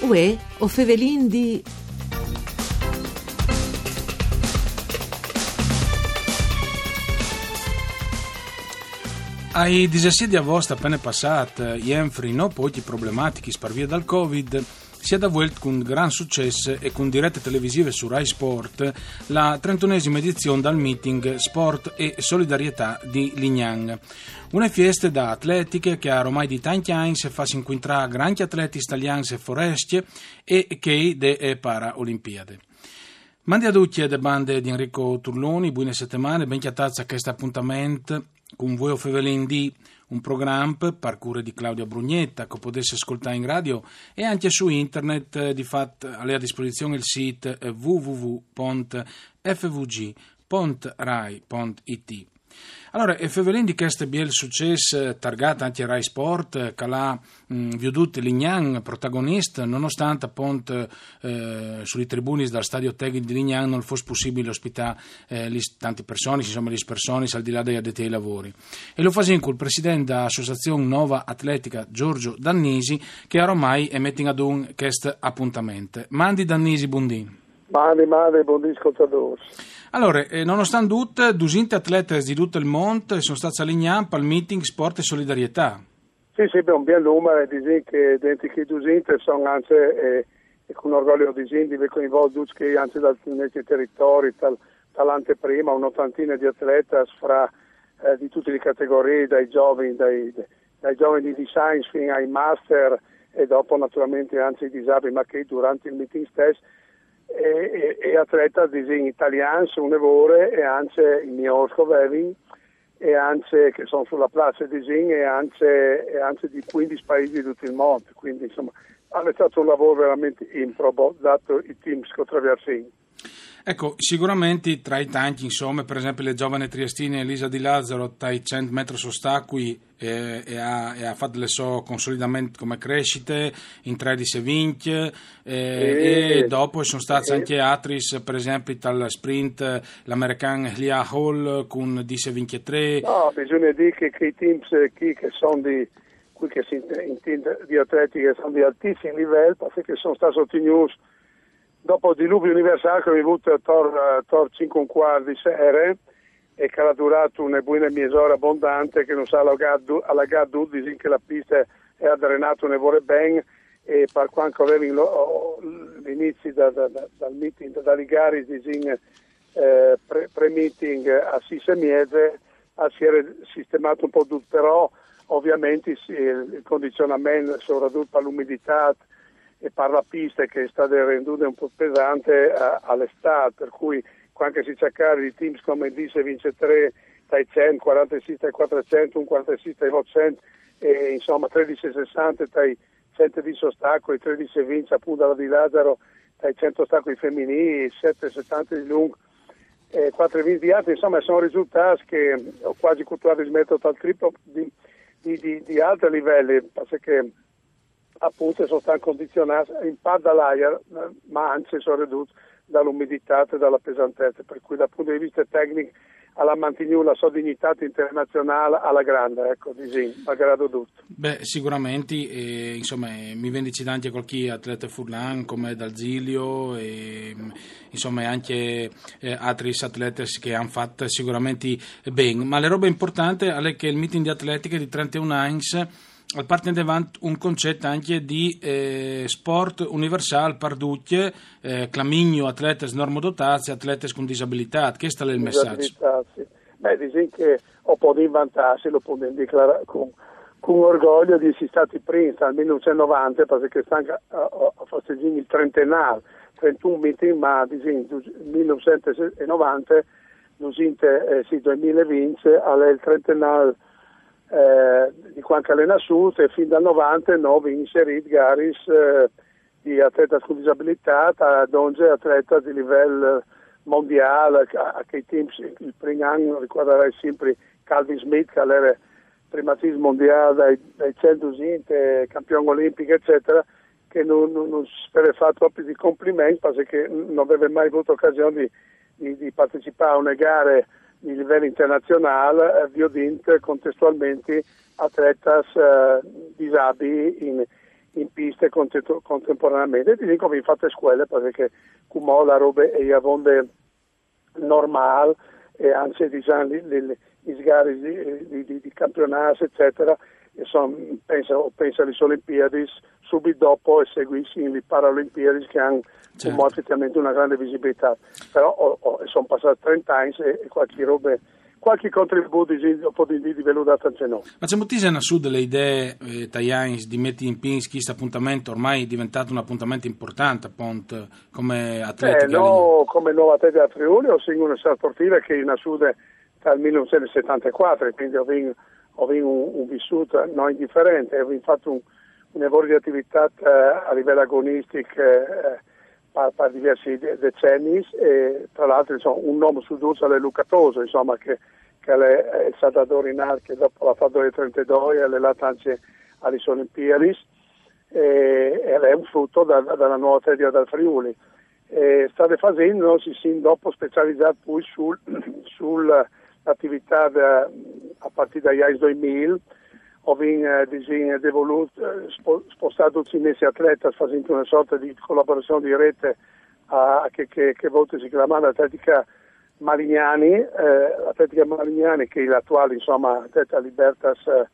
Uè, o Fevelin di... Ai 17 agosto appena passato, Jenfri no pochi problematici per via dal Covid, si è da vuelt con gran successo e con dirette televisive su Rai Sport la 31esima edizione dal meeting Sport e Solidarietà di Lignang. Una fiesta da atletiche che ha ormai di tanti anni si fa incontrare grandi atleti italiani e foresti e che de Paraolimpiadi. Mandi a tutti le bande di Enrico Turloni, buone settimane, ben chiatazza a questo appuntamento con voi Fevelin di un programma per cura di Claudia Brugnetta che potesse ascoltare in radio e anche su internet. Di fatto è a disposizione il sito www.fvg.rai.it. Allora, Fevelin di questo biel successo targata anche Rai Sport che l'ha veduto Lignang protagonista, nonostante appunto sui tribuni dal stadio tecnico di Lignang non fosse possibile ospitare tante persone, insomma le persone al di là degli addetti ai lavori. E lo fa con il presidente dell'associazione Nova Atletica Giorgio Dannisi che ormai è mettendo ad un questo appuntamento. Mandi Dannisi, buondì. Mandi, buondì ascoltatori. Allora, nonostante tutto, 200 atleti di tutto il mondo sono stati allineati al meeting Sport e Solidarietà. Sì, è un bel numero, dice che dentro i 200 sono anche, con orgoglio di coinvolti tutti anche dal territori, dall'anteprima, un'ottantina di atleti di tutte le categorie, dai giovani di science fino ai master e dopo naturalmente anche i disabili, ma che durante il meeting stesso. E atleta in italiano, un evore e anche in Miosco-Vevin e anche che sono sulla piazza di Zin e anche di 15 paesi di tutto il mondo, quindi insomma è stato un lavoro veramente improbo dato i team che attraversiamo. Ecco, sicuramente tra i tanti, insomma, per esempio le giovani triestine Elisa Di Lazzaro dai 100 metri ostacoli e ha fatto le sue consolidamenti come crescite in 13 vince e dopo sono stati anche altri, per esempio dal sprint l'americano Lia Hall con 10 vince 3. No, bisogna dire che i teams che sono di atleti che sono di altissimo livello perché sono stati ottenuti dopo il diluvio universale che abbiamo avuto tor 5 quarti di sera e che ha durato una buona mezz'ora abbondante che non sa allagato dicono che la pista è drenata un'ora ben e per quanto avevano l'inizio dal meeting dalle gare dicono pre-meeting a 6:30 si era sistemato un po' tutto, però ovviamente il condizionamento soprattutto per l'umidità e per la pista che sta rendendo un po' pesante all'estate, per cui quando si cerca di teams come dice vince 3 dai 100, 46 dai 400, un 46 dai 800 e insomma 13,60 dai 110 ostacoli, 13 vince appunto alla Di Lazzaro dai 100 ostacoli femminili, 7,70 di lungo, 4 vince di altri, insomma sono risultati che ho quasi culturati di mettere dal triplo di altri livelli, perché appunto sono stati condizionati in parte dall'aria, ma anche sono ridotti dall'umidità e dalla pesantezza, per cui dal punto di vista tecnico alla mantenuto la sua dignità internazionale alla grande, ecco, malgrado tutto. Beh, sicuramente, insomma, mi vendici anche qualche atleta Furlan come D'Alzilio e insomma anche altri atleti che hanno fatto sicuramente bene, ma la roba importante è che il meeting di atletica di 31 anni al parte davanti un concetto anche di sport universale per tutti, clamigno atletes normodotati, atletes con disabilità. Questo è il messaggio. Sì. Beh, dicono che o può invantarsi, lo può dichiarare con orgoglio di essere stati primi dal 1990, perché stanno a festeggiare il trentennale, 31 meeting, ma nel 1990, nel 2020, è il trentennale di quanto allena sud e fin dal 99 inseriti gare di atleta con disabilità donde atleta di livello mondiale che i team il primo anno ricorderai sempre Calvin Smith che era primatista mondiale dai 120 campione olimpico eccetera che non si è fatto troppi di complimenti perché non aveva mai avuto occasione di partecipare a una gara di livello internazionale, viodint contestualmente atletas disabili in pista fatte contemporaneamente. E ti dico, vi fate scuole perché come la roba è normale, e anzi diciamo le gare di campionati eccetera, e penso alle Olimpiadi subito dopo e seguisci le Paralimpiadi che hanno effettivamente una grande visibilità, però sono passati 30 anni e qualche contributo di veludata anche no. Ma c'è moltissime a sud delle idee Tajani di mettere in piedi questo appuntamento, ormai è diventato un appuntamento importante appunto, come atletica? Come nuova atletica a Friuli o singole sportive che in sud dal 1974, quindi ho avuto un vissuto non indifferente, ho fatto un lavoro di attività a livello agonistico per diversi decenni, e tra l'altro un nome su due è Luca Toso, insomma, che è stato ad Orinal, che dopo l'ha fatto le 32 e l'ha anche alle Olimpiadi, e è un frutto dalla nuova atletica del Friuli. State facendo, dopo specializzato poi sull'attività a partire dagli anni 2000, ho spostato cinesi atleti facendo una sorta di collaborazione di rete che a volte si chiama Atletica Malignani, che è l'attuale atleta Libertas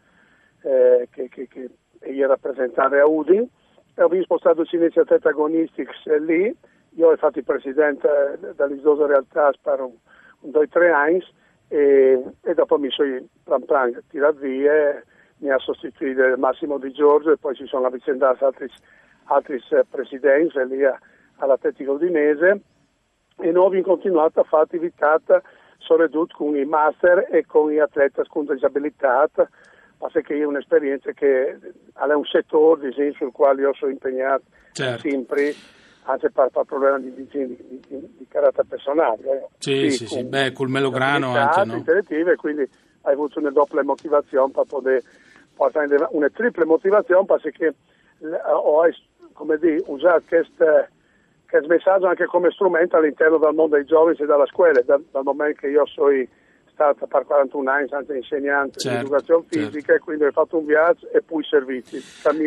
che è rappresentante a Udin, e ho spostato cinesi atleti agonistics lì. Io ho fatto il presidente dell'Isdosa Realtà per un 2-3 anni e dopo mi sono tirato via, mi ha sostituito Massimo Di Giorgio e poi si sono avvicendati altri presidenti lì all'Atletico Udinese, e noi abbiamo continuato a fare attività soprattutto con i master e con gli atleti con disabilità, perché è un'esperienza che è un settore sul quale io sono impegnato sempre, anche per problemi di carattere personale. Sì, beh, col melograno anche, no? E quindi hai avuto una doppia motivazione per poter portare una triple motivazione, perché ho usato questo messaggio anche come strumento all'interno del mondo dei giovani e della scuola, dal momento che io sono stato per 41 anni anche insegnante di educazione fisica, e quindi ho fatto un viaggio e poi servizi.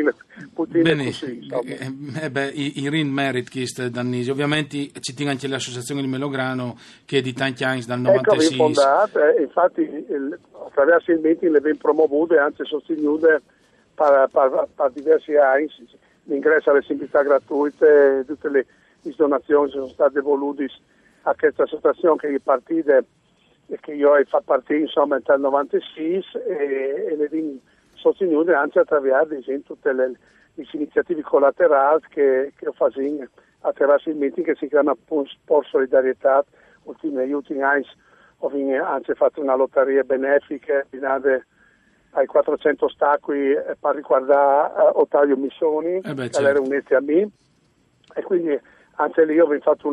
Benissimo. I RIN Merit Kist Dannisi, ovviamente ci tiene anche l'associazione di Melograno che è di tanti anni, dal 96. Ecco, fondata, infatti attraverso il meeting le abbiamo promovute e anzi sostenute per diversi anni. L'ingresso alle semplicidà gratuite, tutte le donazioni sono state devolute a questa associazione che è partita e che io ho fatto partire nel 96 e le abbiamo sostenute anche attraverso tutte le iniziative collaterali che ho fatto attraverso il meeting che si chiama Sport Solidarietà. Negli ultimi anni ho anche fatto una lotteria benefica ai 400 stacchi per riguardare Ottavio Missoni, che era un me, e quindi anche lì ho fatto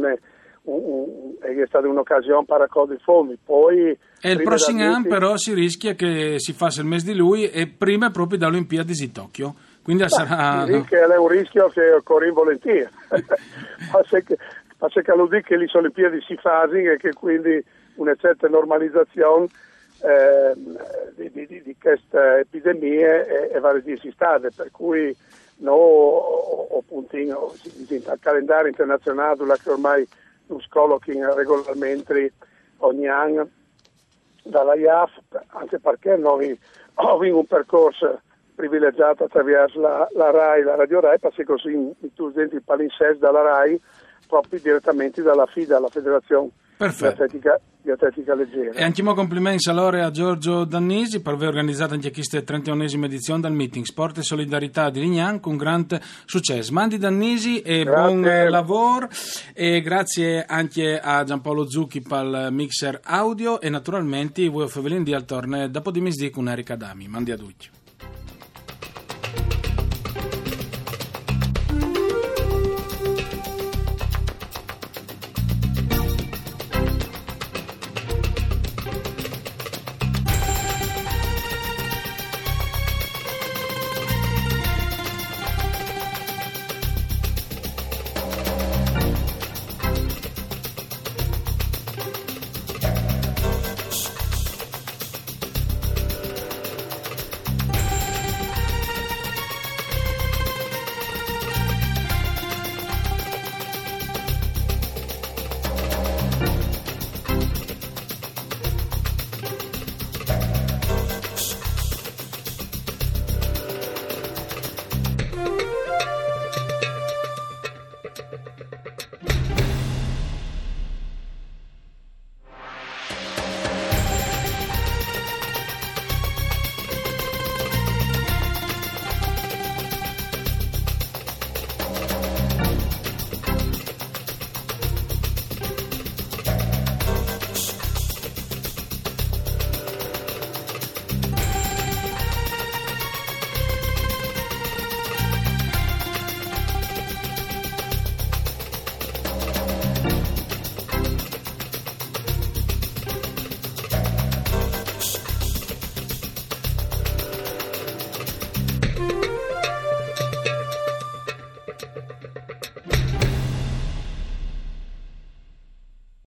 è stata un'occasione per raccogliere fondi. Poi e il prossimo anno però si rischia che si faccia il mese di lui e prima proprio da Olimpiadi di Tokyo, quindi sarà che è un rischio che corri volentieri perché lo dico che le Olimpiadi si fanno e che quindi una certa normalizzazione di queste epidemie e varie di estate, per cui il calendario internazionale che ormai non scollochino regolarmente ogni anno dalla IAF, anche perché noi abbiamo un percorso privilegiato attraverso la RAI, la Radio RAI, perché così tu dentro il palinsesto dalla RAI proprio direttamente dalla FIDA, la Federazione di Atletica Leggera. E anche complimenti allora a Giorgio Dannisi per aver organizzato anche questa 31esima edizione del meeting Sport e Solidarietà di Lignan con grande successo. Mandi Dannisi e buon lavoro, e grazie anche a Giampaolo Zucchi per il mixer audio, e naturalmente voi Fevelin di al torneo dopo di misdì con Erika Dami. Mandi a tutti.